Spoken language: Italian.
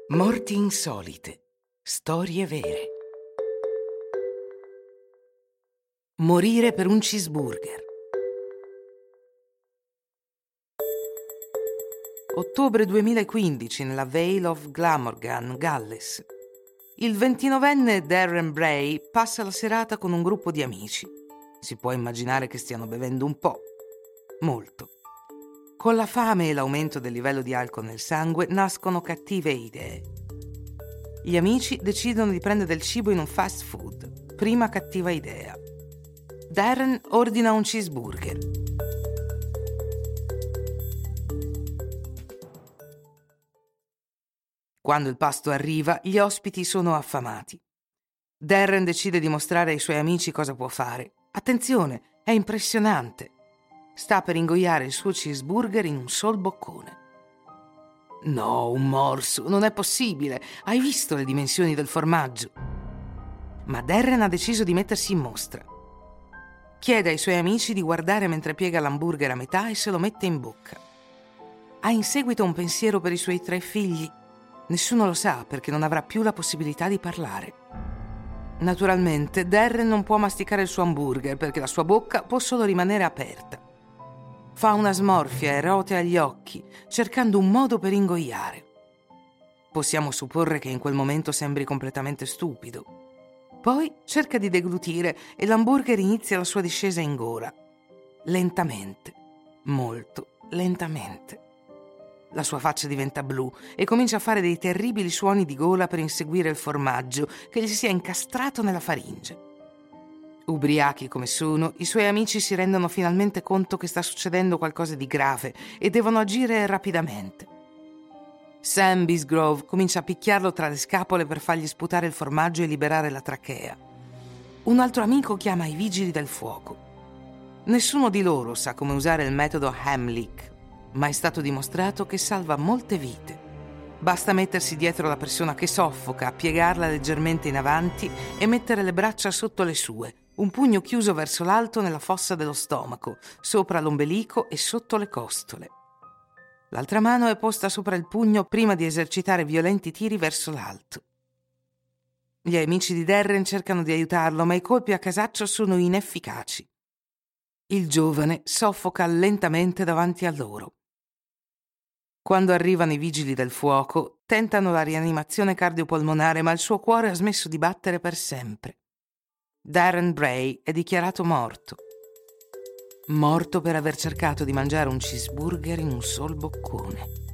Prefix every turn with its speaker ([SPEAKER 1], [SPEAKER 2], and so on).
[SPEAKER 1] Morti insolite. Storie vere. Morire per un cheeseburger. Ottobre 2015 nella Vale of Glamorgan, Galles. Il 29enne Darren Bray passa la serata con un gruppo di amici. Si può immaginare che stiano bevendo un po'. Molto. Con la fame e l'aumento del livello di alcol nel sangue nascono cattive idee. Gli amici decidono di prendere del cibo in un fast food. Prima cattiva idea. Darren ordina un cheeseburger. Quando il pasto arriva, gli ospiti sono affamati. Darren decide di mostrare ai suoi amici cosa può fare. Attenzione, è impressionante. Sta per ingoiare il suo cheeseburger in un sol boccone. No, un morso, non è possibile. Hai visto le dimensioni del formaggio? Ma Darren ha deciso di mettersi in mostra. Chiede ai suoi amici di guardare mentre piega l'hamburger a metà e se lo mette in bocca. Ha in seguito un pensiero per i suoi 3 figli. Nessuno lo sa perché non avrà più la possibilità di parlare. Naturalmente, Darren non può masticare il suo hamburger perché la sua bocca può solo rimanere aperta. Fa una smorfia e rotea gli occhi, cercando un modo per ingoiare. Possiamo supporre che in quel momento sembri completamente stupido. Poi cerca di deglutire e l'hamburger inizia la sua discesa in gola. Lentamente, molto lentamente. La sua faccia diventa blu e comincia a fare dei terribili suoni di gola per inseguire il formaggio che gli si è incastrato nella faringe. Ubriachi come sono, i suoi amici si rendono finalmente conto che sta succedendo qualcosa di grave e devono agire rapidamente. Sam Bisgrove comincia a picchiarlo tra le scapole per fargli sputare il formaggio e liberare la trachea. Un altro amico chiama i vigili del fuoco. Nessuno di loro sa come usare il metodo Heimlich, ma è stato dimostrato che salva molte vite. Basta mettersi dietro la persona che soffoca, piegarla leggermente in avanti e mettere le braccia sotto le sue, un pugno chiuso verso l'alto nella fossa dello stomaco, sopra l'ombelico e sotto le costole. L'altra mano è posta sopra il pugno prima di esercitare violenti tiri verso l'alto. Gli amici di Darren cercano di aiutarlo, ma i colpi a casaccio sono inefficaci. Il giovane soffoca lentamente davanti a loro. Quando arrivano i vigili del fuoco, tentano la rianimazione cardiopolmonare, ma il suo cuore ha smesso di battere per sempre. Darren Bray è dichiarato morto. Morto per aver cercato di mangiare un cheeseburger in un sol boccone.